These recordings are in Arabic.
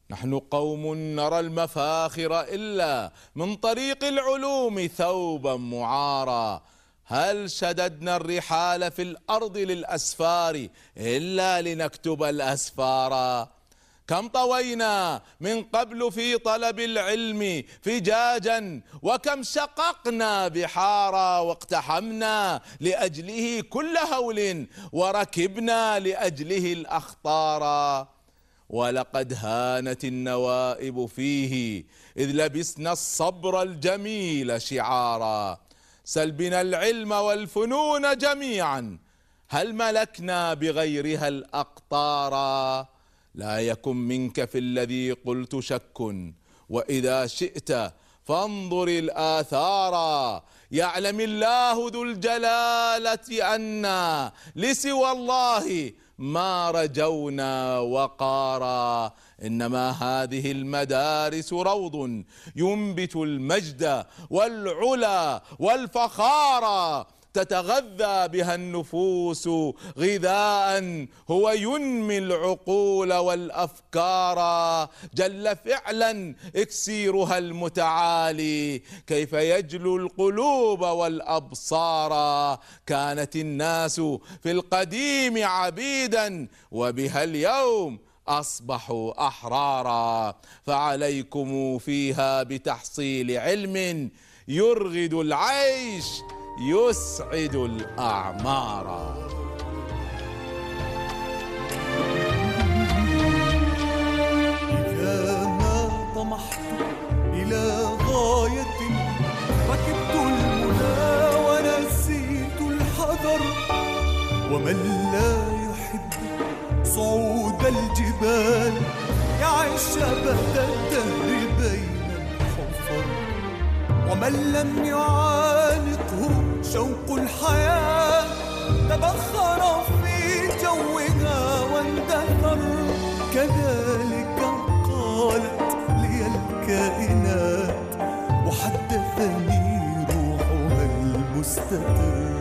نحن قوم نرى المفاخر إلا من طريق العلوم ثوبا معارا. هل شددنا الرحال في الأرض للأسفار إلا لنكتب الأسفارا؟ كم طوينا من قبل في طلب العلم فجاجا، وكم شققنا بحارا، واقتحمنا لأجله كل هول، وركبنا لأجله الأخطارا. ولقد هانت النوائب فيه إذ لبسنا الصبر الجميل شعارا. سل بنا العلم والفنون جميعا، هل ملكنا بغيرها الأقطارا؟ لا يكن منك في الذي قلت شك، وإذا شئت فانظر الآثارا. يعلم الله ذو الجلالة أنا لسوى الله ما رجونا وقارا. إنما هذه المدارس روض ينبت المجد والعلا والفخارا، تتغذى بها النفوس غذاء هو ينمي العقول والأفكار. جل فعلا إكسيرها المتعالي كيف يجلو القلوب والأبصار. كانت الناس في القديم عبيدا، وبها اليوم أصبحوا أحرارا. فعليكم فيها بتحصيل علم يرغد العيش يسعد الأعمار. إذا ما طمحت إلى غاية ركبت المنى ونسيت الحذر، ومن لا يحب صعود الجبال يعيش أبد الدهر بين الحفر. ومن لم يعانقه شوق الحياة تبخر في جوها واندثر. كذلك قالت لي الكائنات وحدثني روحها المستتر.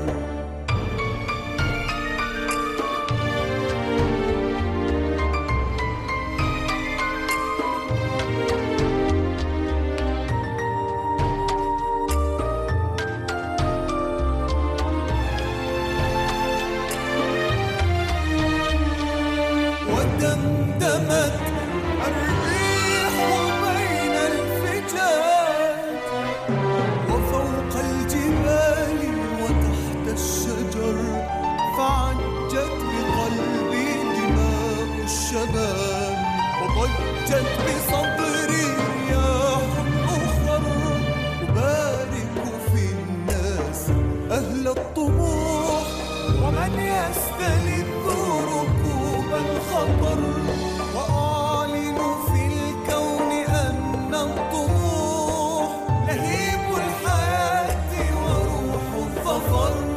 دمدمت الريح بين الفجاج، وفوق الجبال وتحت الشجر، فعجت بقلبي دماء الشباب، وضجت بصدري رياح أخر. أبارك في الناس أهل الطموح، ومن يستلذ ركوب الخطر، وأعلن في الكون أن الطموح لهيب الحياة وروح الظفر.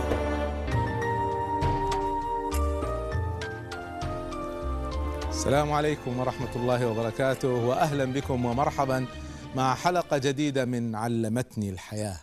السلام عليكم ورحمة الله وبركاته، وأهلا بكم ومرحبا مع حلقة جديدة من علمتني الحياة.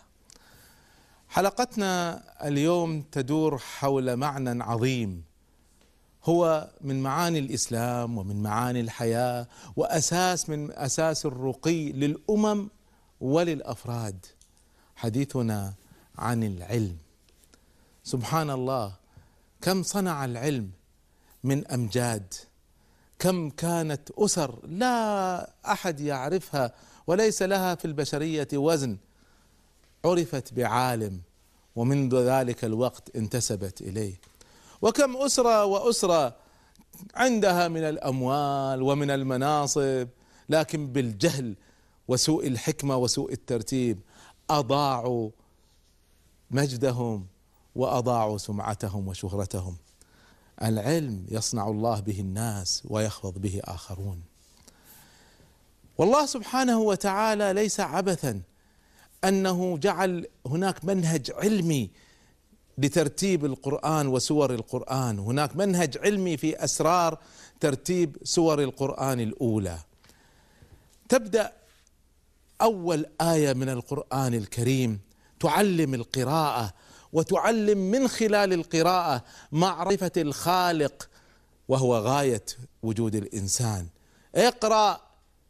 حلقتنا اليوم تدور حول معنى عظيم هو من معاني الإسلام ومن معاني الحياة، وأساس من أساس الرقي للأمم وللأفراد. حديثنا عن العلم. سبحان الله، كم صنع العلم من أمجاد، كم كانت أسر لا أحد يعرفها وليس لها في البشرية وزن عرفت بعالم، ومنذ ذلك الوقت انتسبت إليه. وكم أسرة وأسرة عندها من الأموال ومن المناصب، لكن بالجهل وسوء الحكمة وسوء الترتيب أضاعوا مجدهم وأضاعوا سمعتهم وشهرتهم. العلم يصنع الله به الناس ويخفض به آخرون. والله سبحانه وتعالى ليس عبثا أنه جعل هناك منهج علمي لترتيب القرآن وسور القرآن، هناك منهج علمي في أسرار ترتيب سور القرآن الأولى. تبدأ أول آية من القرآن الكريم تعلم القراءة، وتعلم من خلال القراءة معرفة الخالق وهو غاية وجود الإنسان. اقرأ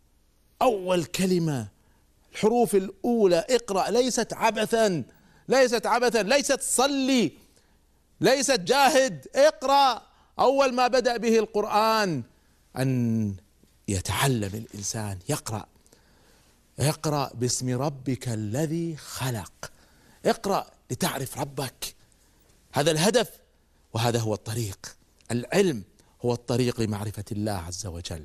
أول كلمة، الحروف الأولى اقرأ ليست عبثا، ليست عبثا، ليست صلي، ليست جاهد، اقرأ. أول ما بدأ به القرآن أن يتعلم الإنسان يقرأ. اقرأ باسم ربك الذي خلق، اقرأ لتعرف ربك، هذا الهدف وهذا هو الطريق. العلم هو الطريق لمعرفة الله عز وجل.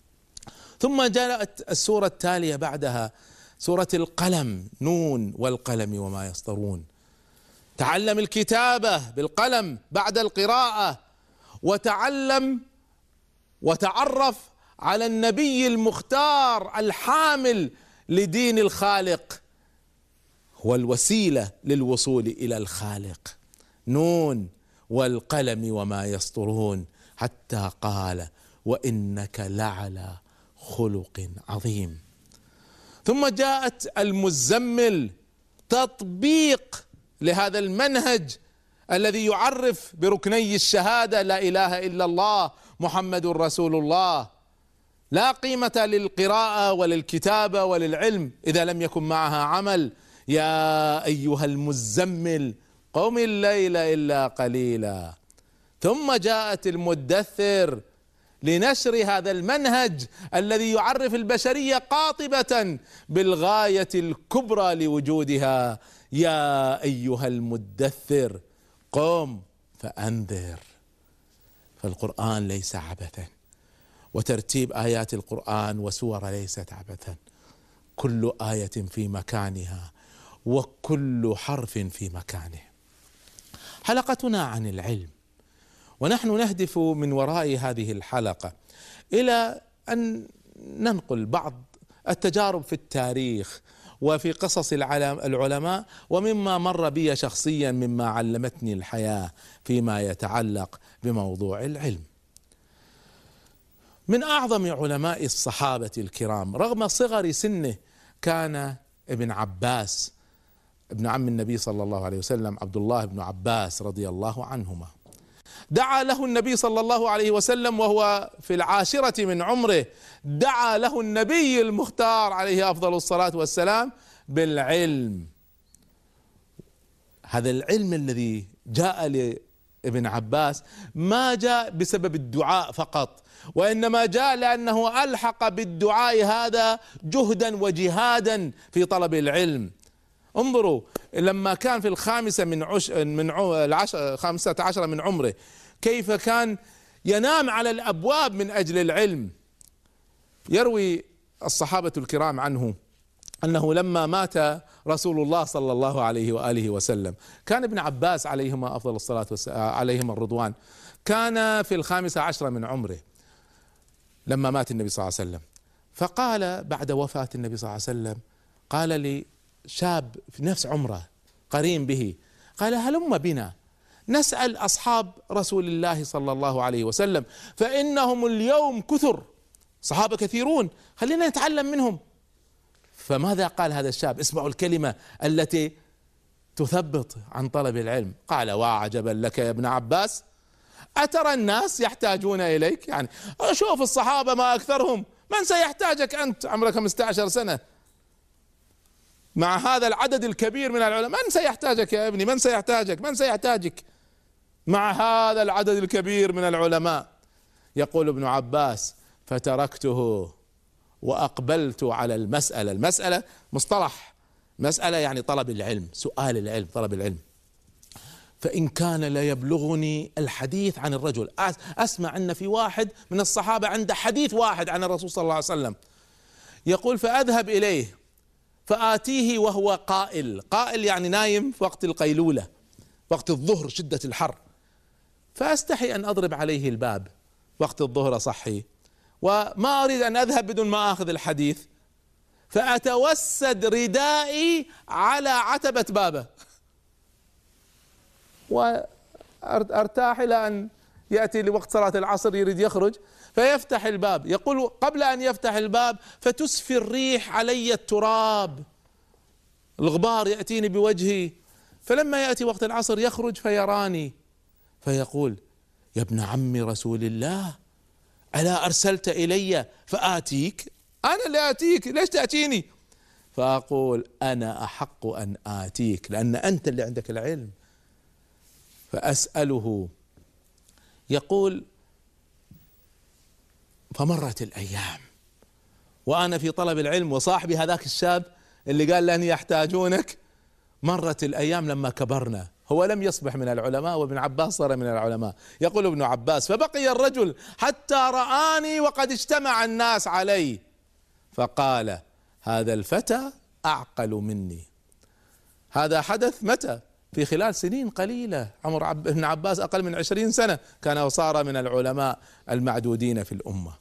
ثم جاءت السورة التالية بعدها سورة القلم، نون والقلم وما يسطرون. تعلم الكتابة بالقلم بعد القراءة، وتعلم وتعرف على النبي المختار الحامل لدين الخالق، هو الوسيلة للوصول إلى الخالق. نون والقلم وما يسطرون، حتى قال وإنك لعلى خلق عظيم. ثم جاءت المزمل، تطبيق لهذا المنهج الذي يعرف بركني الشهادة لا إله إلا الله محمد رسول الله. لا قيمة للقراءة وللكتابة وللعلم إذا لم يكن معها عمل. يا أيها المزمل قم الليل إلا قليلا. ثم جاءت المدثر لنشر هذا المنهج الذي يعرف البشرية قاطبة بالغاية الكبرى لوجودها. يا أيها المدثر قم فأنذر. فالقرآن ليس عبثا، وترتيب آيات القرآن وسور ليست عبثا، كل آية في مكانها وكل حرف في مكانه. حلقتنا عن العلم، ونحن نهدف من وراء هذه الحلقة إلى أن ننقل بعض التجارب في التاريخ وفي قصص العلماء، ومما مر بي شخصيا مما علمتني الحياة فيما يتعلق بموضوع العلم. من أعظم علماء الصحابة الكرام رغم صغر سنه كان ابن عباس، ابن عم النبي صلى الله عليه وسلم، عبد الله بن عباس رضي الله عنهما. دعا له النبي صلى الله عليه وسلم وهو في العاشرة من عمره، دعا له النبي المختار عليه أفضل الصلاة والسلام بالعلم. هذا العلم الذي جاء لابن عباس ما جاء بسبب الدعاء فقط، وإنما جاء لأنه ألحق بالدعاء هذا جهدا وجهادا في طلب العلم. انظروا لما كان في الخامسة خامسة عشر من عمره كيف كان ينام على الأبواب من أجل العلم. يروي الصحابة الكرام عنه أنه لما مات رسول الله صلى الله عليه وآله وسلم كان ابن عباس عليهما أفضل الصلاة والسلام عليهما الرضوان كان في الخامسة عشر من عمره لما مات النبي صلى الله عليه وسلم. فقال بعد وفاة النبي صلى الله عليه وسلم، قال لي شاب في نفس عمره قرين به، قال هلم بنا نسأل أصحاب رسول الله صلى الله عليه وسلم فإنهم اليوم كثر، صحابة كثيرون، خلينا نتعلم منهم. فماذا قال هذا الشاب؟ اسمعوا الكلمة التي تثبط عن طلب العلم. قال وعجبا لك يا ابن عباس، أترى الناس يحتاجون إليك؟ يعني شوف الصحابة ما أكثرهم، من سيحتاجك أنت عمرك 15 سنة مع هذا العدد الكبير من العلماء؟ من سيحتاجك يا ابني؟ من سيحتاجك؟ من سيحتاجك مع هذا العدد الكبير من العلماء؟ يقول ابن عباس فتركته وأقبلت على المسألة. المسألة مصطلح، مسألة يعني طلب العلم، سؤال العلم، طلب العلم. فإن كان لا يبلغني الحديث عن الرجل، أسمع أن في واحد من الصحابة عنده حديث واحد عن الرسول صلى الله عليه وسلم، يقول فأذهب إليه فآتيه وهو قائل، قائل يعني نايم في وقت القيلولة، وقت الظهر شدة الحر، فأستحي أن أضرب عليه الباب وقت الظهر صحي، وما أريد أن أذهب بدون ما أخذ الحديث، فأتوسد ردائي على عتبة بابه وأرتاح إلى أن يأتي لوقت صلاة العصر يريد يخرج، فيفتح الباب. يقول قبل أن يفتح الباب فتسفي الريح علي التراب، الغبار يأتيني بوجهي، فلما يأتي وقت العصر يخرج فيراني فيقول يا ابن عم رسول الله ألا أرسلت إلي فآتيك؟ أنا اللي آتيك، ليش تأتيني؟ فأقول أنا أحق أن آتيك لأن أنت اللي عندك العلم. فأسأله، يقول فمرت الأيام وأنا في طلب العلم وصاحبي هذاك الشاب اللي قال لن يحتاجونك. مرت الأيام لما كبرنا، هو لم يصبح من العلماء وابن عباس صار من العلماء. يقول ابن عباس فبقي الرجل حتى رآني وقد اجتمع الناس علي فقال هذا الفتى أعقل مني. هذا حدث متى؟ في خلال سنين قليلة. عمر ابن عباس أقل من 20 سنة كان وصار من العلماء المعدودين في الأمة.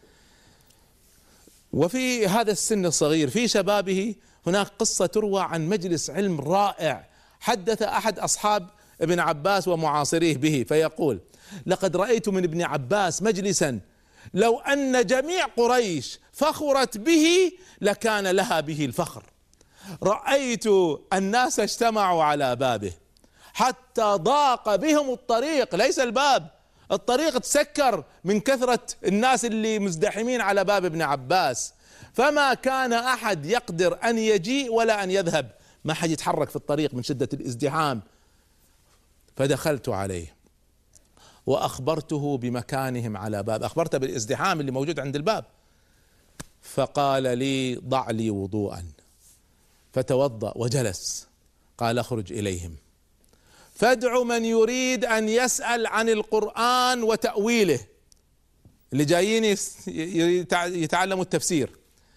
وفي هذا السن الصغير في شبابه هناك قصة تروى عن مجلس علم رائع حدث أحد أصحاب ابن عباس ومعاصريه به، فيقول لقد رأيت من ابن عباس مجلسا لو أن جميع قريش فخرت به لكان لها به الفخر. رأيت الناس اجتمعوا على بابه حتى ضاق بهم الطريق، ليس الباب، الطريق تسكر من كثرة الناس اللي مزدحمين على باب ابن عباس، فما كان أحد يقدر أن يجيء ولا أن يذهب، ما حد يتحرك في الطريق من شدة الازدحام. فدخلت عليه وأخبرته بمكانهم على باب، أخبرته بالازدحام اللي موجود عند الباب. فقال لي ضع لي وضوءا، فتوضأ وجلس. قال اخرج إليهم فادع من يريد أن يسأل عن القرآن وتأويله، اللي جايين يتعلموا التفسير.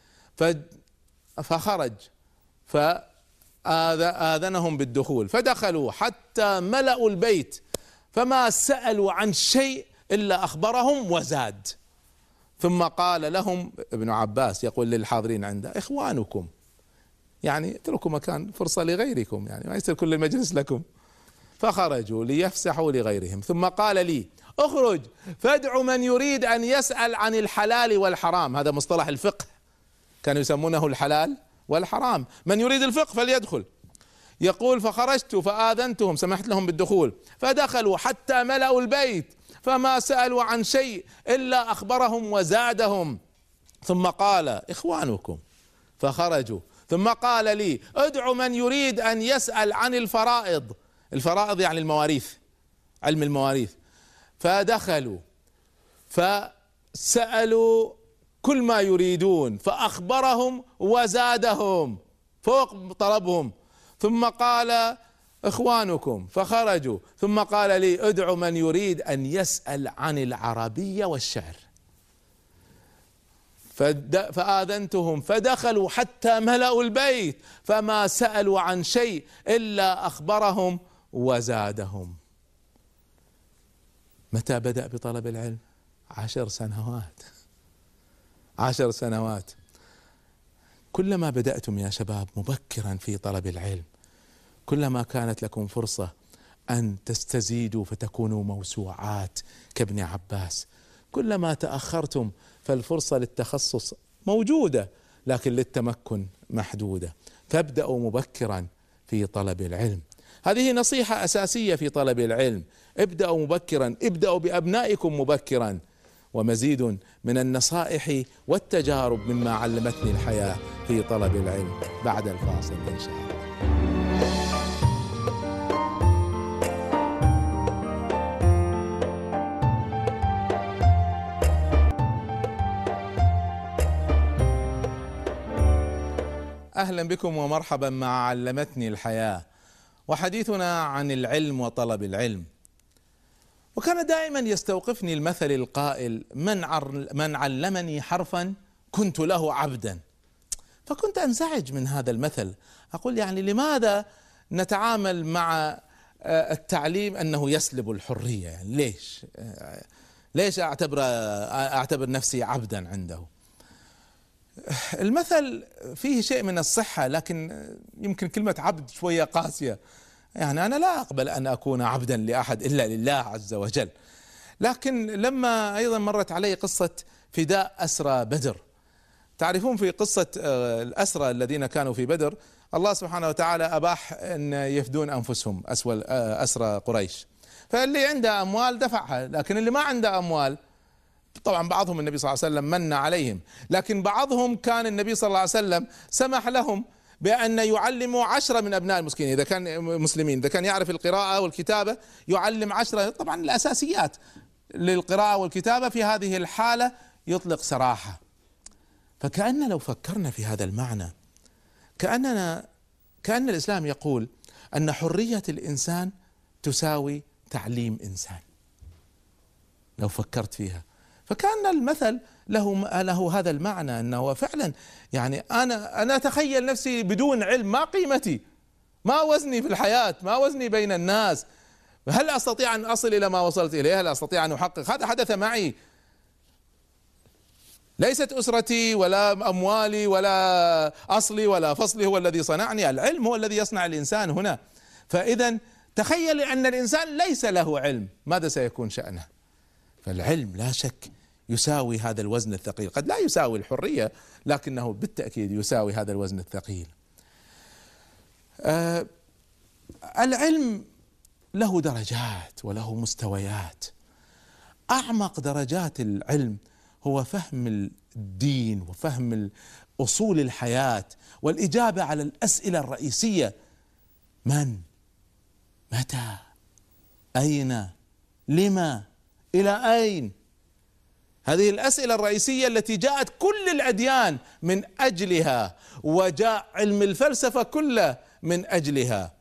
فخرج فآذنهم بالدخول، فدخلوا حتى ملأوا البيت فما سألوا عن شيء إلا أخبرهم وزاد. ثم قال لهم ابن عباس يقول للحاضرين عنده إخوانكم، يعني اتركوا مكان فرصة لغيركم، يعني ما يصير كل المجلس لكم. فخرجوا ليفسحوا لغيرهم. ثم قال لي اخرج فادع من يريد أن يسأل عن الحلال والحرام، هذا مصطلح الفقه كانوا يسمونه الحلال والحرام، من يريد الفقه فليدخل. يقول فخرجت فآذنتهم، سمحت لهم بالدخول، فدخلوا حتى ملأوا البيت فما سألوا عن شيء إلا أخبرهم وزادهم. ثم قال إخوانكم، فخرجوا. ثم قال لي ادع من يريد أن يسأل عن الفرائض، الفرائض يعني المواريث، علم المواريث. فدخلوا فسألوا كل ما يريدون فأخبرهم وزادهم فوق طلبهم. ثم قال إخوانكم، فخرجوا. ثم قال لي ادع من يريد أن يسأل عن العربية والشعر، فآذنتهم فدخلوا حتى ملأوا البيت فما سألوا عن شيء إلا أخبرهم وزادهم. متى بدأ بطلب العلم؟ 10 سنوات. 10 سنوات. كلما بدأتم يا شباب مبكرا في طلب العلم كلما كانت لكم فرصة أن تستزيدوا فتكونوا موسوعات كابن عباس. كلما تأخرتم فالفرصة للتخصص موجودة لكن للتمكن محدودة. فابدأوا مبكرا في طلب العلم، هذه نصيحة أساسية في طلب العلم. ابدأوا مبكرا، ابدأوا بأبنائكم مبكرا. ومزيد من النصائح والتجارب مما علمتني الحياة في طلب العلم بعد الفاصل إن شاء الله. أهلا بكم ومرحبا مع علمتني الحياة، وحديثنا عن العلم وطلب العلم. وكان دائما يستوقفني المثل القائل من علمني حرفا كنت له عبدا. فكنت أنزعج من هذا المثل، أقول يعني لماذا نتعامل مع التعليم أنه يسلب الحرية؟ يعني ليش أعتبر نفسي عبدا عنده؟ المثل فيه شيء من الصحة لكن يمكن كلمة عبد شوية قاسية، يعني أنا لا أقبل أن أكون عبدا لأحد إلا لله عز وجل. لكن لما أيضا مرت علي قصة فداء أسرى بدر، تعرفون في قصة الأسرى الذين كانوا في بدر الله سبحانه وتعالى أباح أن يفدون أنفسهم أسرى قريش، فاللي عنده أموال دفعها، لكن اللي ما عنده أموال طبعا بعضهم النبي صلى الله عليه وسلم من عليهم، لكن بعضهم كان النبي صلى الله عليه وسلم سمح لهم بأن يعلموا 10 من أبناء المسلمين، إذا كان مسلمين، إذا كان يعرف القراءة والكتابة يعلم 10 طبعا الأساسيات للقراءة والكتابة، في هذه الحالة يطلق سراحة. فكأن لو فكرنا في هذا المعنى كأن الإسلام يقول أن حرية الإنسان تساوي تعليم إنسان. لو فكرت فيها فكأن المثل له هذا المعنى، أنه فعلا يعني أنا أتخيل نفسي بدون علم ما قيمتي، ما وزني في الحياة، ما وزني بين الناس، هل أستطيع أن أصل إلى ما وصلت إليه؟ هل أستطيع أن أحقق؟ هذا حدث معي، ليست أسرتي ولا أموالي ولا أصلي ولا فصلي هو الذي صنعني، العلم هو الذي يصنع الإنسان هنا. فإذا تخيل أن الإنسان ليس له علم، ماذا سيكون شأنه؟ فالعلم لا شك يساوي هذا الوزن الثقيل، قد لا يساوي الحرية لكنه بالتأكيد يساوي هذا الوزن الثقيل. العلم له درجات وله مستويات. أعمق درجات العلم هو فهم الدين وفهم أصول الحياة والإجابة على الأسئلة الرئيسية: من؟ متى؟ أين؟ لما؟ إلى أين؟ هذه الأسئلة الرئيسية التي جاءت كل الأديان من أجلها، وجاء علم الفلسفة كله من أجلها.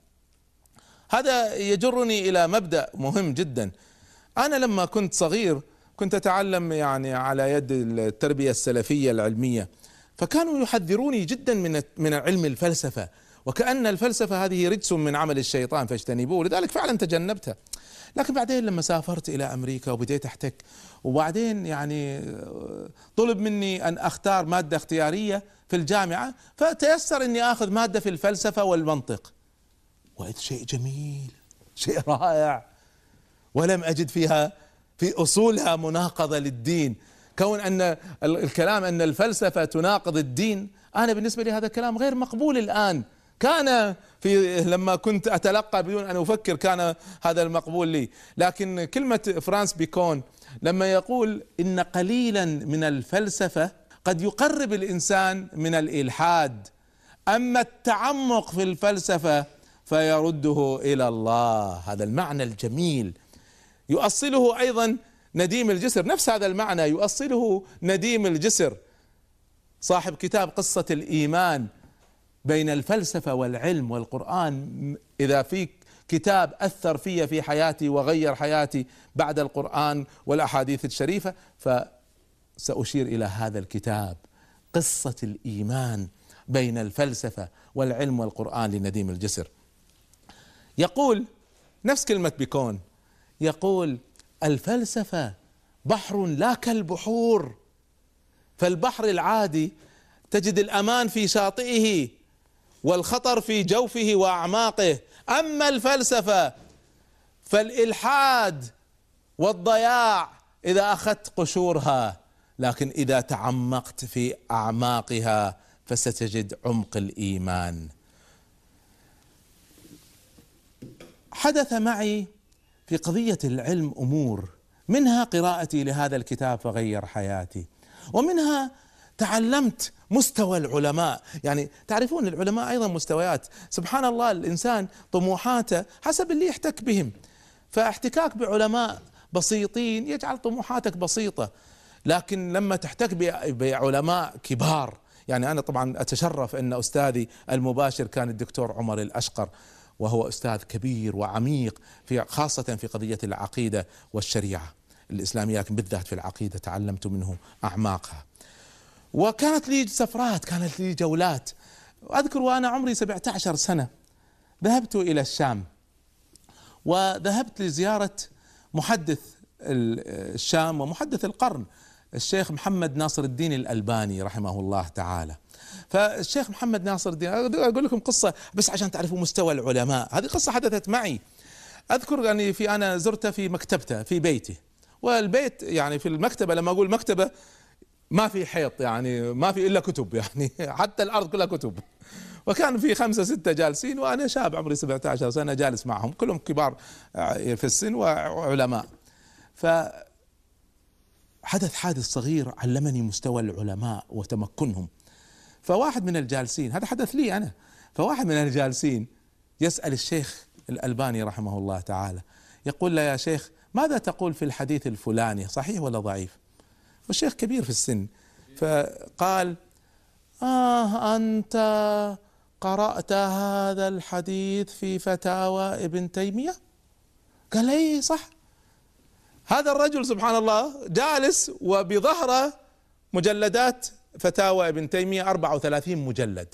هذا يجرني إلى مبدأ مهم جدا. أنا لما كنت صغير كنت أتعلم يعني على يد التربية السلفية العلمية، فكانوا يحذروني جدا من علم الفلسفة، وكأن الفلسفة هذه رجس من عمل الشيطان فاجتنبوه، لذلك فعلا تجنبتها. لكن بعدين لما سافرت إلى أمريكا وبديت أحتك، وبعدين يعني طلب مني أن أختار مادة اختيارية في الجامعة، فتيسر أني أخذ مادة في الفلسفة والمنطق، وإذ شيء جميل، شيء رائع، ولم أجد فيها في أصولها مناقضة للدين. كون أن الكلام أن الفلسفة تناقض الدين، أنا بالنسبة لي هذا الكلام غير مقبول الآن. كان لما كنت أتلقى بدون أن أفكر كان هذا المقبول لي، لكن كلمة فرانس بيكون لما يقول إن قليلا من الفلسفة قد يقرب الإنسان من الإلحاد، أما التعمق في الفلسفة فيرده إلى الله. هذا المعنى الجميل يؤصله أيضا نديم الجسر، نفس هذا المعنى يؤصله نديم الجسر صاحب كتاب قصة الإيمان بين الفلسفة والعلم والقرآن. إذا في كتاب أثر في حياتي وغير حياتي بعد القرآن والأحاديث الشريفة فسأشير إلى هذا الكتاب، قصة الإيمان بين الفلسفة والعلم والقرآن لنديم الجسر. يقول نفس كلمة بيكون، يقول الفلسفة بحر لا كالبحور، فالبحر العادي تجد الأمان في شاطئه والخطر في جوفه وأعماقه، أما الفلسفة فالإلحاد والضياع إذا أخذت قشورها، لكن إذا تعمقت في أعماقها فستجد عمق الإيمان. حدث معي في قضية العلم أمور، منها قراءتي لهذا الكتاب فغير حياتي، ومنها تعلمت مستوى العلماء. يعني تعرفون العلماء أيضا مستويات، سبحان الله، الإنسان طموحاته حسب اللي يحتك بهم، فاحتكاك بعلماء بسيطين يجعل طموحاتك بسيطة، لكن لما تحتك بعلماء كبار، يعني أنا طبعا أتشرف أن أستاذي المباشر كان الدكتور عمر الأشقر، وهو أستاذ كبير وعميق خاصة في قضية العقيدة والشريعة الإسلامية، لكن بالذات في العقيدة تعلمت منه أعماقها. وكانت لي سفرات، كانت لي جولات. أذكر وأنا عمري 17 سنة ذهبت إلى الشام، وذهبت لزيارة محدث الشام ومحدث القرن الشيخ محمد ناصر الدين الألباني رحمه الله تعالى. فالشيخ محمد ناصر الدين، أقول لكم قصة بس عشان تعرفوا مستوى العلماء، هذه قصة حدثت معي. أذكر أني أنا زرته في مكتبته في بيته، والبيت يعني في المكتبة، لما أقول مكتبة ما في حيط، يعني ما في إلا كتب، يعني حتى الأرض كلها كتب، وكان في 5 6 جالسين، وأنا شاب عمري 17 سنة جالس معهم، كلهم كبار في السن وعلماء. فحدث حدث حادث صغير علمني مستوى العلماء وتمكنهم. فواحد من الجالسين، هذا حدث لي أنا، فواحد من الجالسين يسأل الشيخ الألباني رحمه الله تعالى، يقول له: يا شيخ ماذا تقول في الحديث الفلاني، صحيح ولا ضعيف؟ والشيخ كبير في السن، فقال: أنت قرأت هذا الحديث في فتاوى ابن تيمية؟ قال: اي صح. هذا الرجل سبحان الله جالس وبظهره مجلدات فتاوى ابن تيمية 34 مجلد.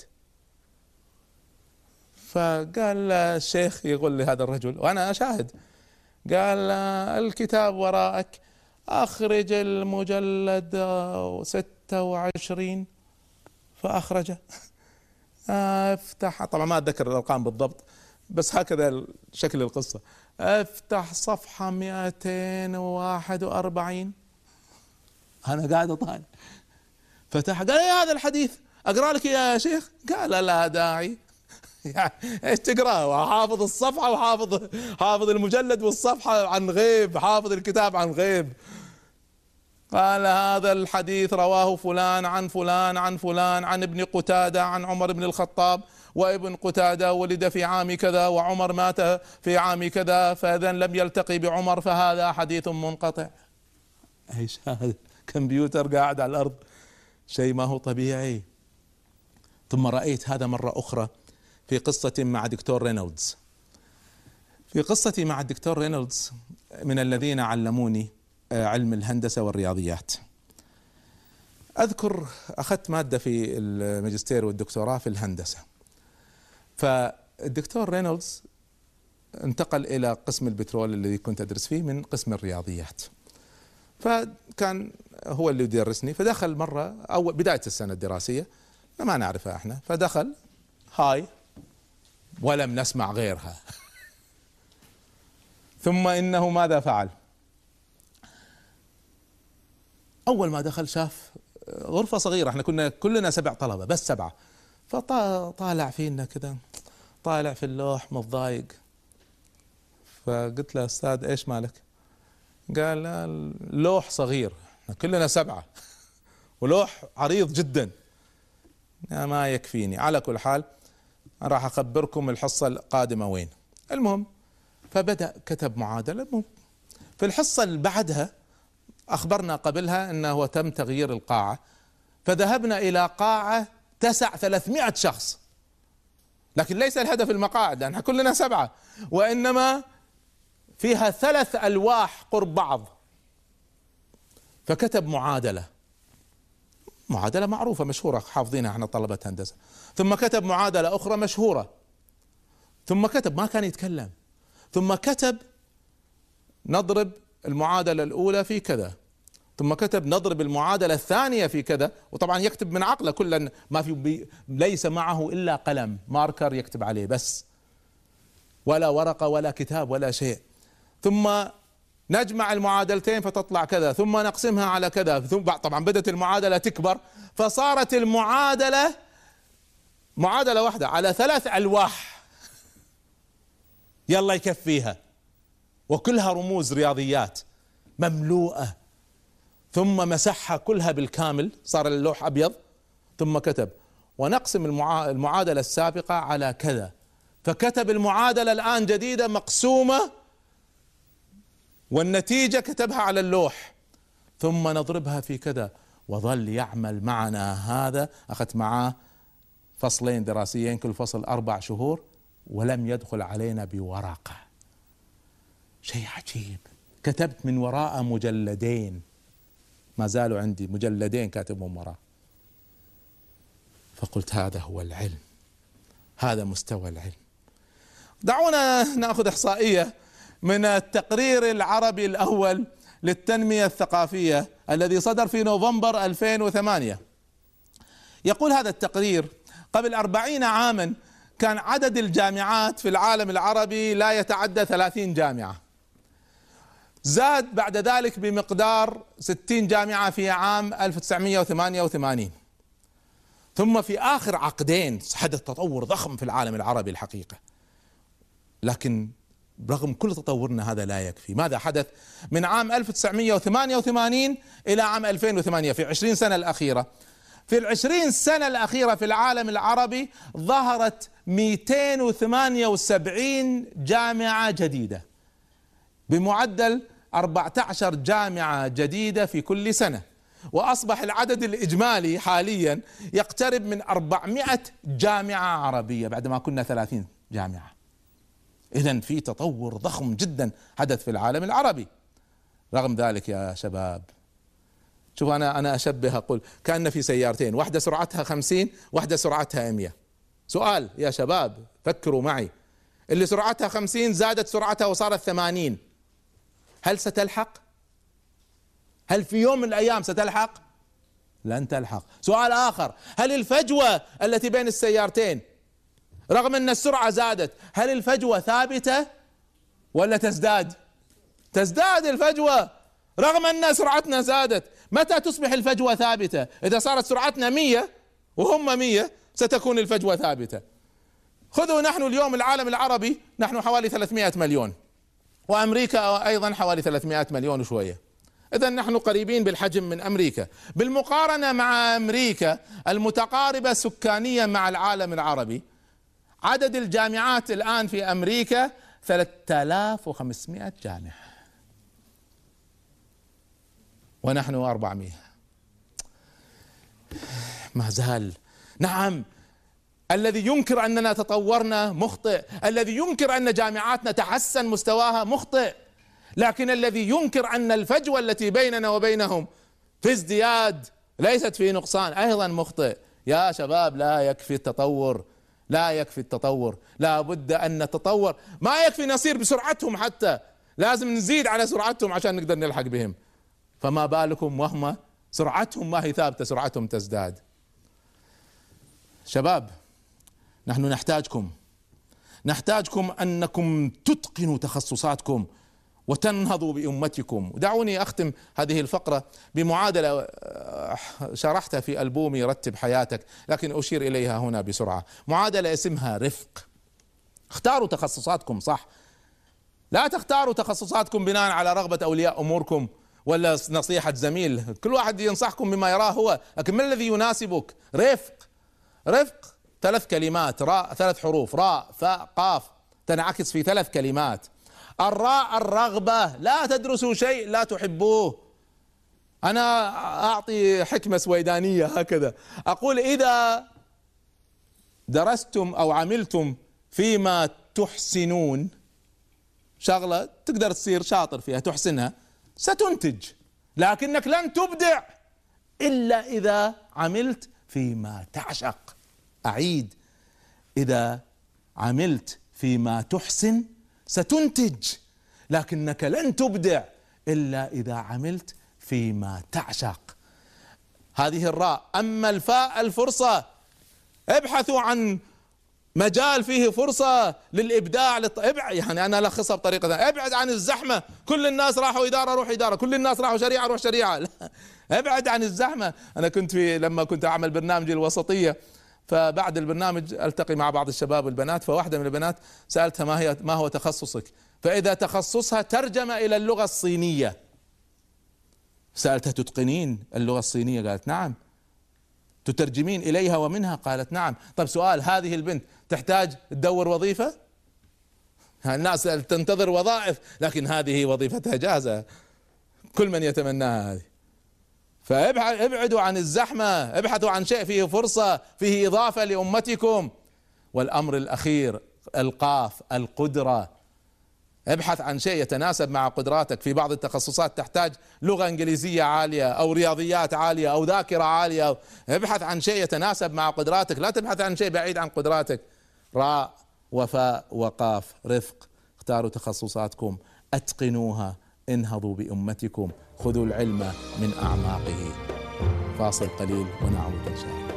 فقال الشيخ يقول لهذا الرجل وأنا أشاهد، قال: الكتاب وراءك، أخرج المجلد 26. فأخرجه. افتح، طبعا ما أتذكر الأرقام بالضبط بس هكذا شكل القصة، افتح صفحة 241. أنا قاعد أطالع، فتح قال: ايه هذا الحديث، أقرأ لك يا شيخ؟ قال: لا داعي. يعني ايش تقرأ؟ حافظ الصفحة حافظ المجلد والصفحة عن غيب، حافظ الكتاب عن غيب. قال: هذا الحديث رواه فلان عن فلان عن فلان عن ابن قتادة عن عمر بن الخطاب، وابن قتادة ولد في عام كذا وعمر مات في عام كذا، فإذا لم يلتقي بعمر فهذا حديث منقطع. ايش هذا؟ كمبيوتر قاعد على الأرض، شيء ما هو طبيعي. ثم رأيت هذا مرة أخرى في قصة مع دكتور رينولدز. في قصتي مع الدكتور رينولدز من الذين علموني علم الهندسة والرياضيات. أذكر أخذت مادة في الماجستير والدكتوراه في الهندسة، فالدكتور رينولدز انتقل إلى قسم البترول الذي كنت أدرس فيه من قسم الرياضيات، فكان هو اللي يدرسني. فدخل مرة أول بداية السنة الدراسية، ما نعرفها احنا، فدخل هاي ولم نسمع غيرها. ثم إنه ماذا فعل؟ أول ما دخل شاف غرفة صغيرة، احنا كنا كلنا 7 طلبة، بس 7، فطالع فينا كذا، طالع في اللوح متضايق. فقلت له: أستاذ إيش مالك؟ قال: اللوح صغير، احنا كلنا 7 ولوح عريض جدا ما يكفيني. على كل حال راح أخبركم الحصة القادمة وين. المهم فبدأ كتب معادلة. في الحصة اللي بعدها أخبرنا قبلها أنه تم تغيير القاعة، فذهبنا إلى قاعة تسع 300 شخص، لكن ليس الهدف المقاعد لأنها كلنا 7، وإنما فيها 3 ألواح قرب بعض. فكتب معادلة معروفة مشهورة حافظينها احنا طلبة هندسة، ثم كتب معادلة أخرى مشهورة، ثم كتب، ما كان يتكلم، ثم كتب نضرب المعادلة الأولى في كذا، ثم كتب نضرب المعادلة الثانية في كذا، وطبعا يكتب من عقله كلا، ما في ليس معه إلا قلم ماركر يكتب عليه بس، ولا ورقة ولا كتاب ولا شيء. ثم نجمع المعادلتين فتطلع كذا، ثم نقسمها على كذا، ثم طبعا بدأت المعادلة تكبر، فصارت المعادلة معادلة واحدة على 3 ألواح يلا يكفيها، وكلها رموز رياضيات مملوءة. ثم مسحها كلها بالكامل، صار اللوح أبيض، ثم كتب ونقسم المعادلة السابقة على كذا، فكتب المعادلة الآن جديدة مقسومة والنتيجة كتبها على اللوح، ثم نضربها في كذا. وظل يعمل معنا هذا، أخذت معاه فصلين دراسيين كل فصل 4 شهور، ولم يدخل علينا بورقة. شيء عجيب. كتبت من وراء مجلدين، ما زالوا عندي مجلدين كاتبهم وراء. فقلت هذا هو العلم، هذا مستوى العلم. دعونا نأخذ إحصائية من التقرير العربي الأول للتنمية الثقافية الذي صدر في نوفمبر 2008. يقول هذا التقرير: قبل 40 عاما كان عدد الجامعات في العالم العربي لا يتعدى 30 جامعة، زاد بعد ذلك بمقدار 60 جامعة في عام 1988، ثم في آخر عقدين حدث تطور ضخم في العالم العربي الحقيقة. لكن برغم كل تطورنا هذا لا يكفي. ماذا حدث من عام 1988 إلى عام 2008 في 20 سنة الأخيرة؟ في 20 سنة الأخيرة في العالم العربي ظهرت 278 جامعة جديدة بمعدل 14 جامعة جديدة في كل سنة، وأصبح العدد الإجمالي حاليا يقترب من 400 جامعة عربية بعدما كنا 30 جامعة. إذن في تطور ضخم جدا حدث في العالم العربي. رغم ذلك يا شباب، شوف أنا أشبه أقول كأن في سيارتين، واحدة سرعتها 50 واحدة سرعتها 100. سؤال يا شباب، فكروا معي، اللي سرعتها 50 زادت سرعتها وصارت 80، هل ستلحق؟ هل في يوم من الأيام ستلحق؟ لن تلحق. سؤال آخر، هل الفجوة التي بين السيارتين رغم أن السرعة زادت، هل الفجوة ثابتة ولا تزداد؟ تزداد الفجوة رغم أن سرعتنا زادت. متى تصبح الفجوة ثابتة؟ إذا صارت سرعتنا 100 وهم 100 ستكون الفجوة ثابتة. خذوا نحن اليوم العالم العربي نحن حوالي 300 مليون، وأمريكا أيضا حوالي 300 مليون وشوية، إذا نحن قريبين بالحجم من أمريكا. بالمقارنة مع أمريكا المتقاربة سكانيا مع العالم العربي، عدد الجامعات الآن في أمريكا 3500 جامعة ونحن 400. ما زال. نعم، الذي ينكر أننا تطورنا مخطئ، الذي ينكر أن جامعاتنا تحسن مستواها مخطئ، لكن الذي ينكر أن الفجوة التي بيننا وبينهم في ازدياد ليست في نقصان أيضا مخطئ. يا شباب، لا يكفي التطور، لا يكفي التطور، لا بد أن نتطور. ما يكفي نصير بسرعتهم، حتى لازم نزيد على سرعتهم عشان نقدر نلحق بهم، فما بالكم وهم سرعتهم ما هي ثابتة، سرعتهم تزداد. شباب، نحن نحتاجكم أنكم تتقنوا تخصصاتكم وتنهضوا بأمتكم. ودعوني أختم هذه الفقرة بمعادلة شرحتها في ألبومي رتب حياتك، لكن أشير إليها هنا بسرعة. معادلة اسمها رفق. اختاروا تخصصاتكم صح، لا تختاروا تخصصاتكم بناء على رغبة أولياء أموركم ولا نصيحة زميل، كل واحد ينصحكم بما يراه هو، لكن ما الذي يناسبك؟ رفق 3 كلمات، راء 3 حروف، راء فاء قاف، تنعكس في 3 كلمات. الراء الرغبة، لا تدرسوا شيء لا تحبوه. أنا أعطي حكمة سويدانية هكذا، أقول إذا درستم أو عملتم فيما تحسنون، شغلة تقدر تصير شاطر فيها تحسنها، ستنتج، لكنك لن تبدع إلا إذا عملت فيما تعشق. أعيد، إذا عملت فيما تحسن ستنتج، لكنك لن تبدع إلا إذا عملت فيما تعشق. هذه الراء. أما الفاء الفرصة، ابحثوا عن مجال فيه فرصة للإبداع يعني أنا ألخصها بطريقة ثانية، ابعد عن الزحمة. كل الناس راحوا إدارة، روح إدارة، كل الناس راحوا شريعة، روح شريعة. لا. ابعد عن الزحمة. أنا كنت لما كنت أعمل برنامج الوسطية، فبعد البرنامج ألتقي مع بعض الشباب والبنات، فواحدة من البنات سألتها ما هو تخصصك؟ فإذا تخصصها ترجمة إلى اللغة الصينية. سألتها تتقنين اللغة الصينية؟ قالت نعم. تترجمين إليها ومنها؟ قالت نعم. طيب سؤال، هذه البنت تحتاج تدور وظيفة؟ الناس تنتظر وظائف، لكن هذه وظيفتها جاهزة، كل من يتمناها هذه. فابعدوا عن الزحمة، ابحثوا عن شيء فيه فرصة، فيه إضافة لأمتكم. والأمر الأخير القاف، القدرة. ابحث عن شيء يتناسب مع قدراتك. في بعض التخصصات تحتاج لغة إنجليزية عالية أو رياضيات عالية أو ذاكرة عالية. ابحث عن شيء يتناسب مع قدراتك، لا تبحث عن شيء بعيد عن قدراتك. راء وفاء وقاف، رفق. اختاروا تخصصاتكم، أتقنوها، انهضوا بأمتكم، خذوا العلم من أعماقه. فاصل قليل ونعود إن شاء الله.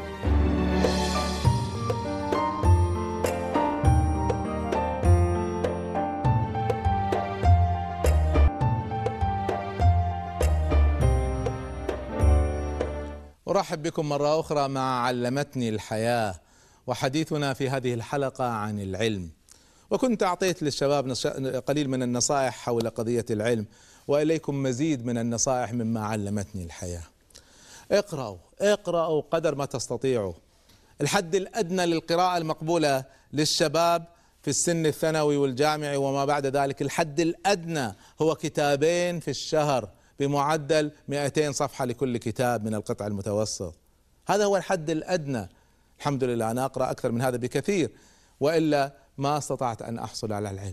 أرحب بكم مرة أخرى مع علمتني الحياة، وحديثنا في هذه الحلقة عن العلم. وكنت أعطيت للشباب قليل من النصائح حول قضية العلم، وإليكم مزيد من النصائح مما علمتني الحياة. اقرأوا قدر ما تستطيعوا. الحد الأدنى للقراءة المقبولة للشباب في السن الثانوي والجامعي وما بعد ذلك، الحد الأدنى هو كتابين في الشهر بمعدل 200 صفحة لكل كتاب من القطع المتوسط. هذا هو الحد الأدنى. الحمد لله أنا أقرأ أكثر من هذا بكثير، وإلا ما استطعت أن أحصل على العلم.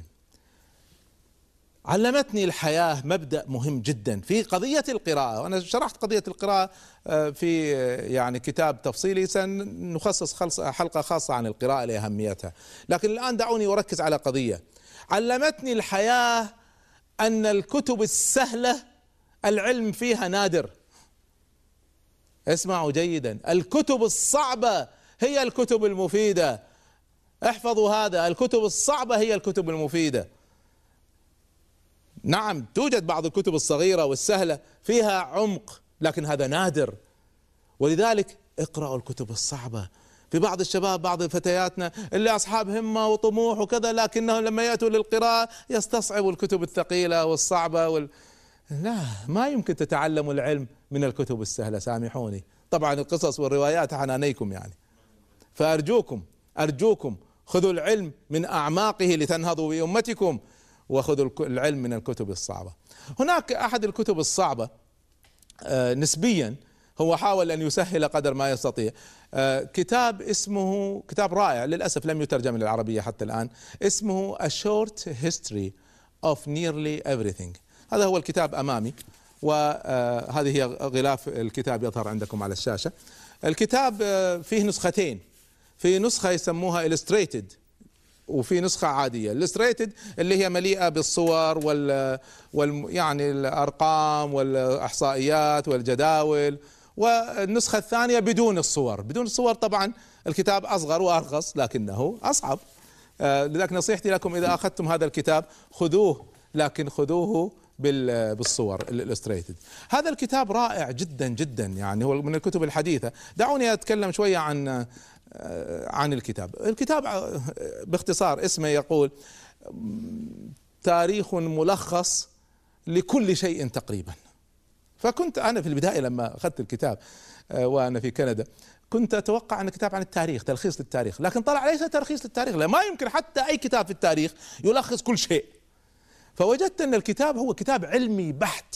علمتني الحياة مبدأ مهم جدا في قضية القراءة، وأنا شرحت قضية القراءة في يعني كتاب تفصيلي، سنخصص حلقة خاصة عن القراءة لأهميتها، لكن الآن دعوني أركز على قضية. علمتني الحياة أن الكتب السهلة العلم فيها نادر. اسمعوا جيدا، الكتب الصعبة هي الكتب المفيدة. احفظوا هذا، الكتب الصعبة هي الكتب المفيدة. نعم توجد بعض الكتب الصغيرة والسهلة فيها عمق، لكن هذا نادر، ولذلك اقرأوا الكتب الصعبة. في بعض الشباب بعض فتياتنا اللي أصحاب همة وطموح وكذا، لكنهم لما يأتوا للقراءة يستصعبوا الكتب الثقيلة والصعبة لا، ما يمكن تتعلموا العلم من الكتب السهلة، سامحوني. طبعا القصص والروايات حنانيكم يعني، فأرجوكم خذوا العلم من أعماقه لتنهضوا بأمتكم، وخذوا العلم من الكتب الصعبة. هناك أحد الكتب الصعبة نسبيا، هو حاول أن يسهل قدر ما يستطيع، كتاب اسمه، كتاب رائع للأسف لم يترجم للعربية حتى الآن، اسمه A Short History of Nearly Everything. هذا هو الكتاب أمامي، وهذه هي غلاف الكتاب يظهر عندكم على الشاشة. الكتاب فيه نسختين، في نسخة يسموها Illustrated وفي نسخة عادية. الإلستريتد اللي هي مليئة بالصور يعني الأرقام والإحصائيات والجداول، والنسخة الثانية بدون الصور. بدون الصور طبعا الكتاب أصغر وأرخص لكنه أصعب. لذلك نصيحتي لكم إذا أخذتم هذا الكتاب خذوه، لكن خذوه بالصور الإلستريتد. هذا الكتاب رائع جدا جدا، يعني هو من الكتب الحديثة. دعوني أتكلم شوية عن الكتاب. الكتاب باختصار اسمه يقول تاريخ ملخص لكل شيء تقريبا. فكنت أنا في البداية لما أخذت الكتاب وأنا في كندا كنت أتوقع أن كتاب عن التاريخ، تلخيص للتاريخ، لكن طلع ليس تلخيص للتاريخ، لا، ما يمكن حتى أي كتاب في التاريخ يلخص كل شيء. فوجدت أن الكتاب هو كتاب علمي بحت.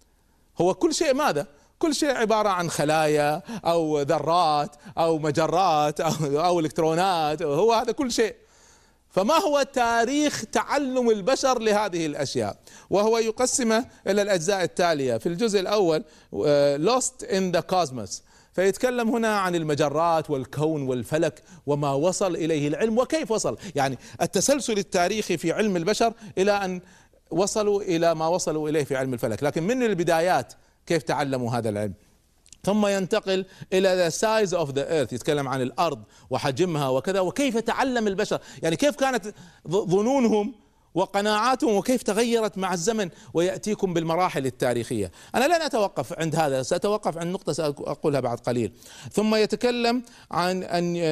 هو كل شيء ماذا؟ كل شيء عبارة عن خلايا أو ذرات أو مجرات أو إلكترونات، هو هذا كل شيء. فما هو تاريخ تعلم البشر لهذه الأشياء؟ وهو يقسمه إلى الأجزاء التالية. في الجزء الأول Lost in the Cosmos، فيتكلم هنا عن المجرات والكون والفلك وما وصل إليه العلم وكيف وصل، يعني التسلسل التاريخي في علم البشر إلى أن وصلوا إلى ما وصلوا إليه في علم الفلك، لكن من البدايات كيف تعلموا هذا العلم. ثم ينتقل إلى the size of the earth، يتكلم عن الأرض وحجمها وكذا، وكيف تعلم البشر، يعني كيف كانت ظنونهم وقناعاتهم وكيف تغيرت مع الزمن، ويأتيكم بالمراحل التاريخية. أنا لن أتوقف عند هذا، سأتوقف عند نقطة سأقولها بعد قليل. ثم يتكلم عن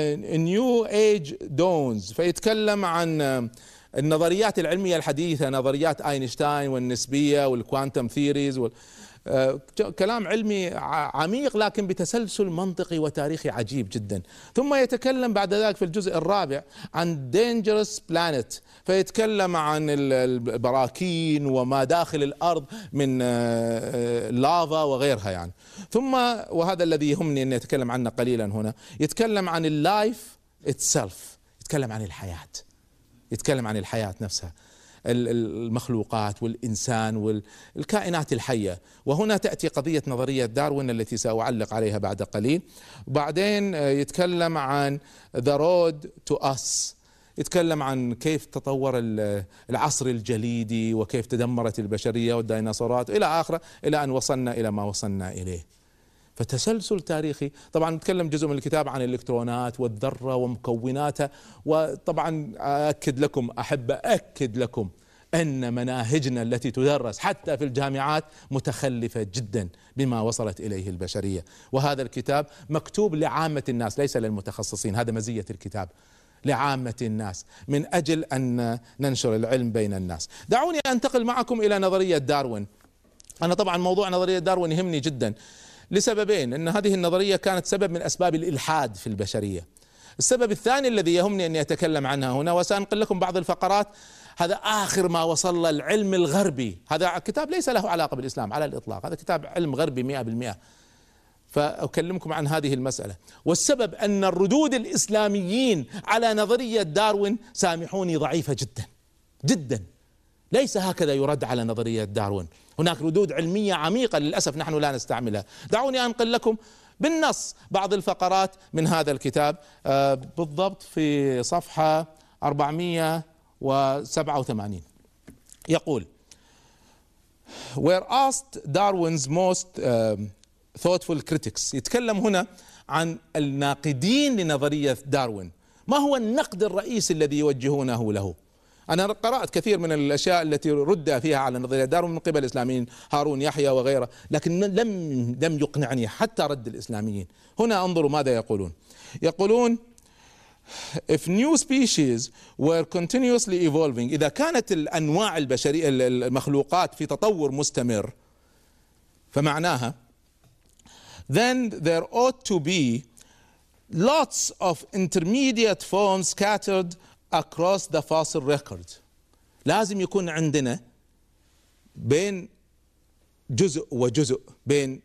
New Age Dawns، فيتكلم عن النظريات العلمية الحديثة، نظريات أينشتاين والنسبية والكوانتم ثيريز كلام علمي عميق لكن بتسلسل منطقي وتاريخي عجيب جدا. ثم يتكلم بعد ذلك في الجزء الرابع عن Dangerous Planet، فيتكلم عن البراكين وما داخل الأرض من لافا وغيرها يعني. ثم وهذا الذي يهمني أن يتكلم عنه قليلا هنا، يتكلم عن اللايف itself، يتكلم عن الحياة، يتكلم عن الحياة نفسها، المخلوقات والإنسان والكائنات الحية. وهنا تأتي قضية نظرية داروين التي سأعلق عليها بعد قليل. وبعدين يتكلم عن The Road to Us، يتكلم عن كيف تطور العصر الجليدي وكيف تدمرت البشرية والديناصورات إلى آخره، إلى أن وصلنا إلى ما وصلنا إليه. فتسلسل تاريخي. طبعا نتكلم جزء من الكتاب عن الإلكترونات والذرة ومكوناتها. وطبعا أحب أكد لكم أن مناهجنا التي تدرس حتى في الجامعات متخلفة جدا بما وصلت إليه البشرية. وهذا الكتاب مكتوب لعامة الناس ليس للمتخصصين، هذا مزية الكتاب. لعامة الناس من أجل أن ننشر العلم بين الناس. دعوني أنتقل معكم إلى نظرية داروين. أنا طبعا موضوع نظرية داروين يهمني جدا لسببين: أن هذه النظرية كانت سبب من أسباب الإلحاد في البشرية. السبب الثاني الذي يهمني أني أتكلم عنها هنا، وسأنقل لكم بعض الفقرات، هذا آخر ما وصل العلم الغربي. هذا كتاب ليس له علاقة بالإسلام على الإطلاق، هذا كتاب علم غربي 100%. فأكلمكم عن هذه المسألة. والسبب أن الردود الإسلاميين على نظرية داروين، سامحوني، ضعيفة جدا جدا. ليس هكذا يرد على نظرية داروين، هناك ردود علمية عميقة للأسف نحن لا نستعملها. دعوني أنقل لكم بالنص بعض الفقرات من هذا الكتاب، بالضبط في صفحة 487. يقول: Were asked Darwin's most thoughtful critics. يتكلم هنا عن الناقدين لنظرية داروين، ما هو النقد الرئيسي الذي يوجهونه له؟ أنا قرأت كثير من الأشياء التي رد فيها على نظرية داروين من قبل الإسلاميين، هارون يحيى وغيره، لكن لم يقنعني حتى رد الإسلاميين. هنا انظروا ماذا يقولون. يقولون: If new species were continuously evolving، إذا كانت الأنواع البشرية المخلوقات في تطور مستمر، فمعناها then there ought to be lots of intermediate forms scattered across the fossil record. لازم يكون عندنا بين جزء وجزء، بين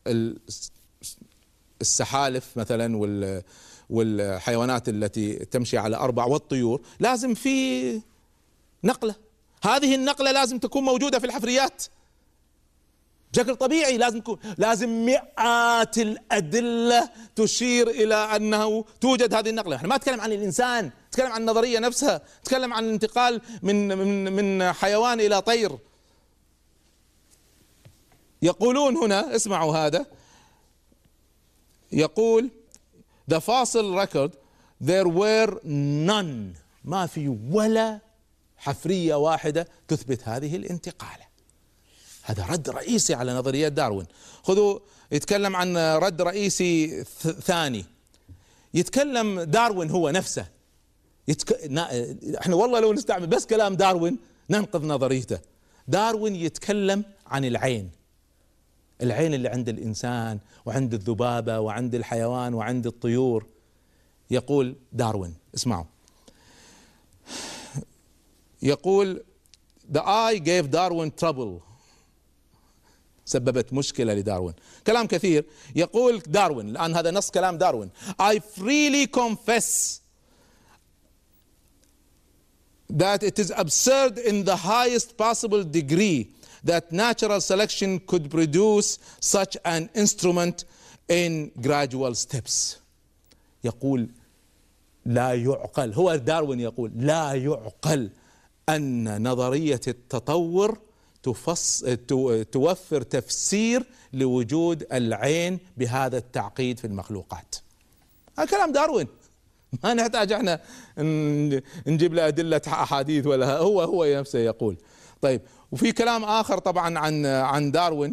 السحالف مثلا والحيوانات التي تمشي على 4 والطيور، لازم في نقلة. هذه النقلة لازم تكون موجودة في الحفريات بشكل طبيعي، لازم مئات الأدلة تشير إلى أنه توجد هذه النقلة. احنا ما نتكلم عن الإنسان، نتكلم عن النظرية نفسها، نتكلم عن الانتقال من حيوان إلى طير. يقولون هنا، اسمعوا هذا، يقول: The fossil record there were none، ما في ولا حفرية واحدة تثبت هذه الانتقالة. هذا رد رئيسي على نظرية داروين. خذوا، يتكلم عن رد رئيسي ثاني. يتكلم داروين هو نفسه، احنا والله لو نستعمل بس كلام داروين ننقذ نظريته. داروين يتكلم عن العين اللي عند الإنسان وعند الذبابة وعند الحيوان وعند الطيور. يقول داروين، اسمعوا، يقول: The eye gave Darwin trouble، سببت مشكلة لداروين. كلام كثير. يقول داروين الآن، هذا نص كلام داروين: I freely confess that it is absurd in the highest possible degree that natural selection could produce such an instrument in gradual steps. يقول لا يعقل، هو داروين يقول لا يعقل أن نظرية التطور توفر تفسير لوجود العين بهذا التعقيد في المخلوقات. هذا كلام داروين، ما نحتاج احنا نجيب له أدلة أحاديث ولا، هو نفسه يقول. طيب، وفي كلام آخر طبعا عن داروين.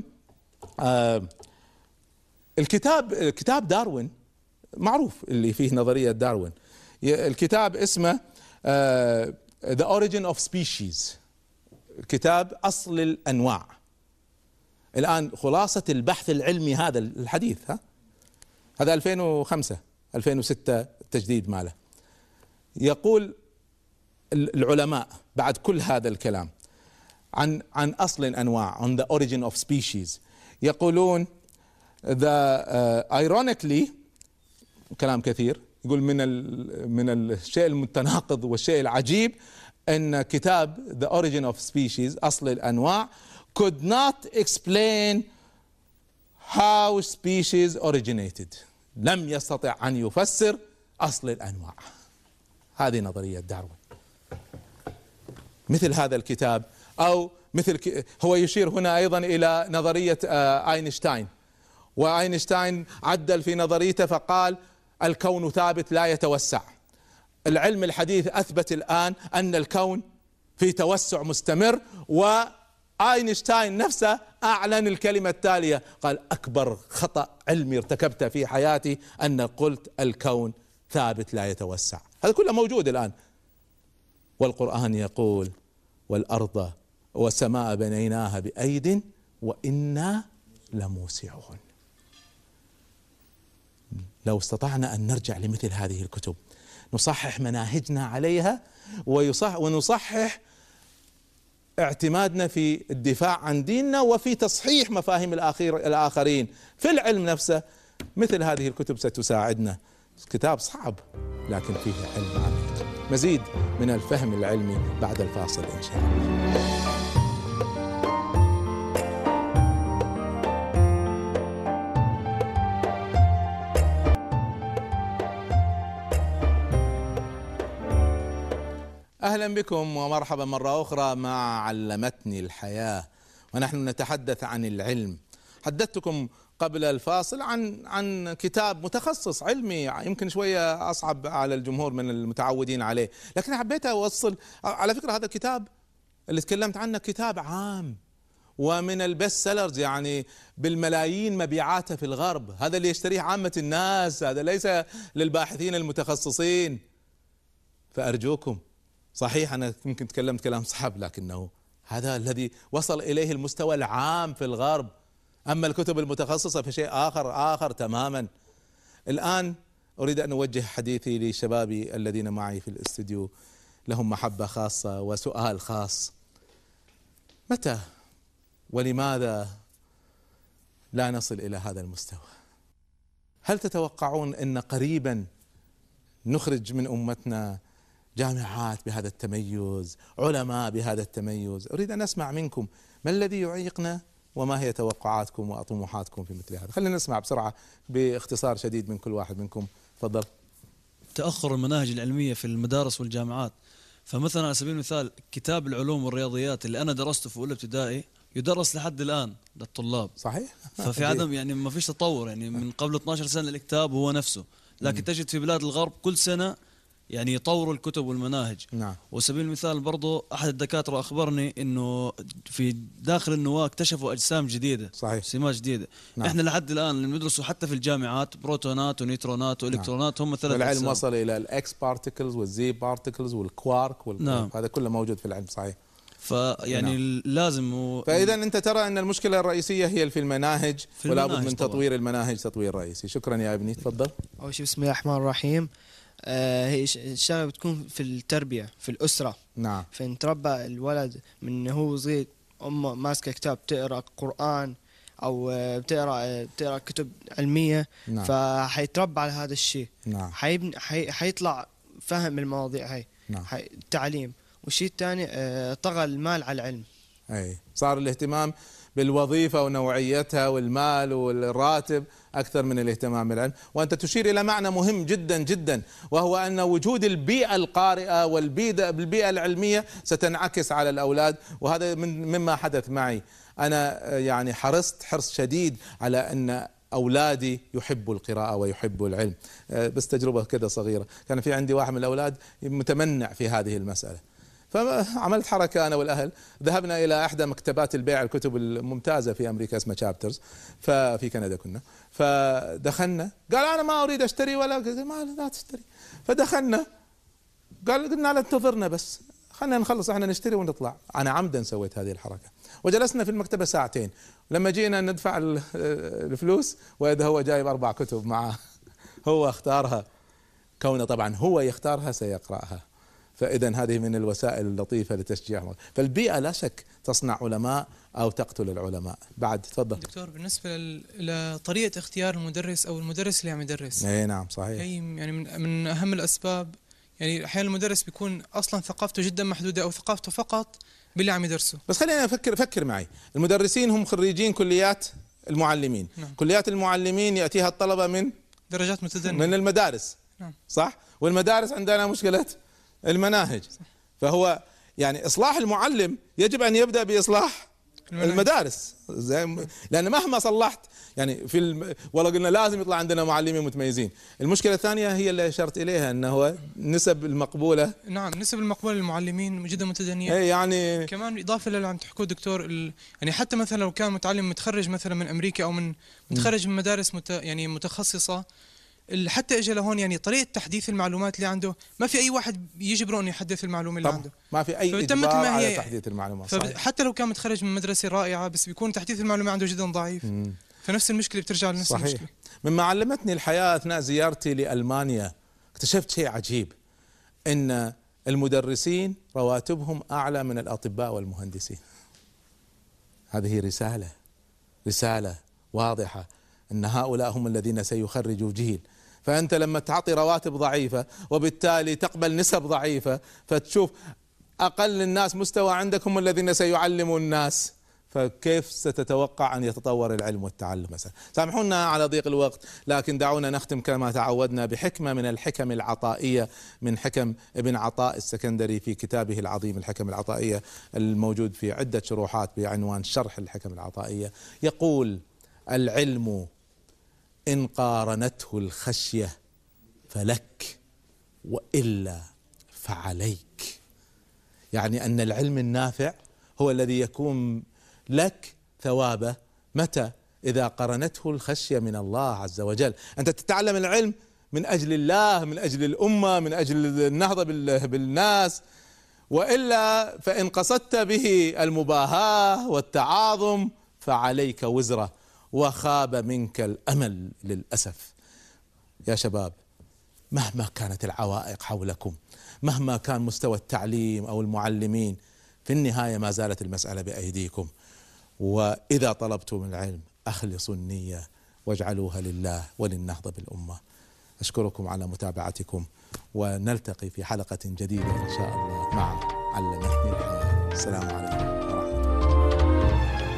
كتاب داروين معروف اللي فيه نظرية داروين. الكتاب اسمه The Origin of Species، كتاب أصل الأنواع. الآن خلاصة البحث العلمي هذا الحديث، هذا 2005 2006 التجديد ماله. يقول العلماء بعد كل هذا الكلام عن أصل الأنواع، on the origin of species، يقولون ironically، كلام كثير، يقول من الشيء المتناقض والشيء العجيب أن كتاب The Origin of Species، أصل الأنواع، could not explain how species originated، لم يستطع أن يفسر أصل الأنواع. هذه نظرية داروين. مثل هذا الكتاب، أو مثل هو يشير هنا أيضا إلى نظرية أينشتاين، وأينشتاين عدل في نظريته فقال الكون ثابت لا يتوسع. العلم الحديث أثبت الآن أن الكون في توسع مستمر، وأينشتاين نفسه أعلن الكلمة التالية، قال: أكبر خطأ علمي ارتكبته في حياتي أن قلت الكون ثابت لا يتوسع، هذا كله موجود الآن. والقرآن يقول والأرض والسماء بنيناها بأيد وإنا لموسعون. لو استطعنا أن نرجع لمثل هذه الكتب نصحح مناهجنا عليها ونصحح اعتمادنا في الدفاع عن ديننا وفي تصحيح مفاهيم الآخرين في العلم نفسه، مثل هذه الكتب ستساعدنا. كتاب صعب لكن فيه علم عميق. مزيد من الفهم العلمي بعد الفاصل إن شاء الله. أهلا بكم ومرحبا مرة أخرى مع علمتني الحياة، ونحن نتحدث عن العلم. حدثتكم قبل الفاصل عن كتاب متخصص علمي يمكن شوية أصعب على الجمهور من المتعودين عليه، لكن حبيت أوصل على فكرة هذا الكتاب اللي تكلمت عنه كتاب عام ومن البست سيلرز، يعني بالملايين مبيعاته في الغرب. هذا اللي يشتريه عامة الناس، هذا ليس للباحثين المتخصصين. فأرجوكم، صحيح أنا يمكن تكلمت كلام صعب لكنه هذا الذي وصل إليه المستوى العام في الغرب. أما الكتب المتخصصة فشيء آخر تماما. الآن أريد أن أوجه حديثي لشبابي الذين معي في الاستوديو، لهم محبة خاصة وسؤال خاص. متى ولماذا لا نصل إلى هذا المستوى؟ هل تتوقعون أن قريبا نخرج من أمتنا جامعات بهذا التميز، علماء بهذا التميز؟ أريد أن أسمع منكم ما الذي يعيقنا وما هي توقعاتكم وطموحاتكم في مثل هذا. خلينا نسمع بسرعة باختصار شديد من كل واحد منكم. تفضل. تأخر المناهج العلمية في المدارس والجامعات. فمثلا على سبيل المثال كتاب العلوم والرياضيات اللي أنا درسته في أولى ابتدائي يدرس لحد الآن للطلاب. صحيح. ففي عدم يعني ما فيش تطور، يعني من قبل 12 سنة الكتاب هو نفسه، لكن تجد في بلاد الغرب كل سنة يعني يطوروا الكتب والمناهج. نعم. وسبيل المثال برضو أحد الدكاترة أخبرني إنه في داخل النواة اكتشفوا أجسام جديدة. صحيح. سمات جديدة. نعم. إحنا لحد الآن اللي بندرسه حتى في الجامعات بروتونات ونيوترونات وإلكترونات. نعم. هم ثلاث أجسام. والعلم وصل إلى الإكس بارتيكلز والزي بارتيكلز والكوارك نعم. هذا كله موجود في العلم. صحيح. فيعني نعم. لازم فإذا أنت ترى أن المشكلة الرئيسية هي في المناهج، ولا بد من تطوير المناهج تطوير رئيسي. شكرا يا ابني. تفضل. أول شيء بسم الله الرحمن الرحيم. هي الشغله بتكون في التربيه في الاسره. نعم. فإن تربى الولد من هو صغير امه ماسكه كتاب تقرا قران او بتقرا كتب علميه. نعم. فحيتربى على هذا الشيء. نعم. حيطلع فهم المواضيع هاي. نعم. التعليم. والشيء الثاني طغى المال على العلم. اي صار الاهتمام بالوظيفة ونوعيتها والمال والراتب أكثر من الاهتمام بالعلم. وأنت تشير إلى معنى مهم جدا جدا، وهو أن وجود البيئة القارئة والبيئة العلمية ستنعكس على الأولاد. وهذا مما حدث معي أنا، يعني حرصت حرص شديد على أن أولادي يحبوا القراءة ويحبوا العلم. بس تجربة كده صغيرة، كان في عندي واحد من الأولاد متمنع في هذه المسألة، فعملت حركة أنا والأهل، ذهبنا إلى إحدى مكتبات البيع الكتب الممتازة في أمريكا اسمها شابترز، ففي كندا كنا. فدخلنا قال أنا ما أريد أشتري ولا، ما لا تشتري. فدخلنا قلنا لا انتظرنا بس خلينا نخلص احنا نشتري ونطلع. أنا عمدا سويت هذه الحركة، وجلسنا في المكتبة ساعتين. لما جينا ندفع الفلوس وإذا هو جايب 4 كتب معه، هو اختارها، كونه طبعا هو يختارها سيقرأها. فإذا هذه من الوسائل اللطيفة لتشجيعهم. فالبيئة لا شك تصنع علماء أو تقتل العلماء. بعد تفضل دكتور. بالنسبة لطريقة اختيار المدرس أو المدرس اللي عم يدرس، اي نعم صحيح، هي يعني من أهم الأسباب. يعني أحيانا المدرس بيكون أصلا ثقافته جدا محدودة أو ثقافته فقط باللي عم يدرسه. بس خلينا فكر معي. المدرسين هم خريجين كليات المعلمين. نعم. كليات المعلمين يأتيها الطلبة من درجات متدنية من المدارس. نعم. صح. والمدارس عندنا مشكلة المناهج. فهو يعني إصلاح المعلم يجب أن يبدأ بإصلاح المدارس، لأن مهما صلحت يعني والله قلنا لازم يطلع عندنا معلمين متميزين. المشكلة الثانية هي اللي أشرت إليها، أنه نسب المقبولة. نعم، نسب المقبولة للمعلمين جدا متدنية. يعني كمان إضافة للي عم تحكوه دكتور، يعني حتى مثلا لو كان متعلم متخرج مثلا من أمريكا أو من متخرج من مدارس يعني متخصصة، حتى اجى لهون يعني طريقه تحديث المعلومات اللي عنده ما في اي واحد يجبره انه يحدث المعلومه اللي عنده، ما في اي اجبار على تحديث المعلومات. حتى لو كان متخرج من مدرسه رائعه بس بيكون تحديث المعلومه عنده جدا ضعيف. فنفس المشكله بترجع لنفس صحيح. المشكله. مما علمتني الحياه اثناء زيارتي لالمانيا اكتشفت شيء عجيب، ان المدرسين رواتبهم اعلى من الاطباء والمهندسين. هذه رساله واضحه ان هؤلاء هم الذين سيخرجوا جيل. فأنت لما تعطي رواتب ضعيفة وبالتالي تقبل نسب ضعيفة، فتشوف أقل الناس مستوى عندك هم الذين سيعلموا الناس، فكيف ستتوقع أن يتطور العلم والتعلم مثلا؟ سامحونا على ضيق الوقت، لكن دعونا نختم كما تعودنا بحكمة من الحكم العطائية من حكم ابن عطاء السكندري في كتابه العظيم الحكم العطائية الموجود في عدة شروحات بعنوان شرح الحكم العطائية. يقول: العلم إن قارنته الخشية فلك وإلا فعليك. يعني أن العلم النافع هو الذي يكون لك ثوابه متى؟ إذا قرنته الخشية من الله عز وجل. أنت تتعلم العلم من أجل الله، من أجل الأمة، من أجل النهضة بالناس، وإلا فإن قصدت به المباهاة والتعاظم فعليك وزره وخاب منك الأمل للأسف. يا شباب، مهما كانت العوائق حولكم، مهما كان مستوى التعليم أو المعلمين، في النهاية ما زالت المسألة بأيديكم. وإذا طلبتم العلم أخلصوا النية واجعلوها لله وللنهضة بالأمة. أشكركم على متابعتكم، ونلتقي في حلقة جديدة إن شاء الله مع علمتني الحياة. السلام عليكم ورحمة الله.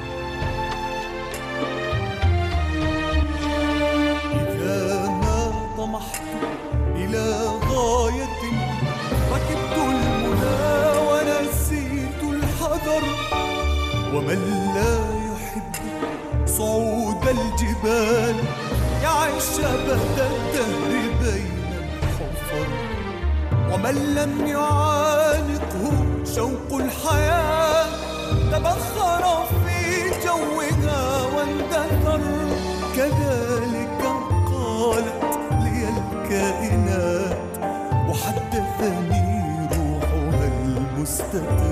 إذا ما طمحت إلى غاية ركبت المنى ونسيت الحذر، ومن لا يحب صعود الجبال يعيش أبد الدهر بين الحفر، ومن لم يعانقه شوق الحياة تبخر في جوها واندثر. كذلك قالت لي الكائنات وحدثني روحها المستقر.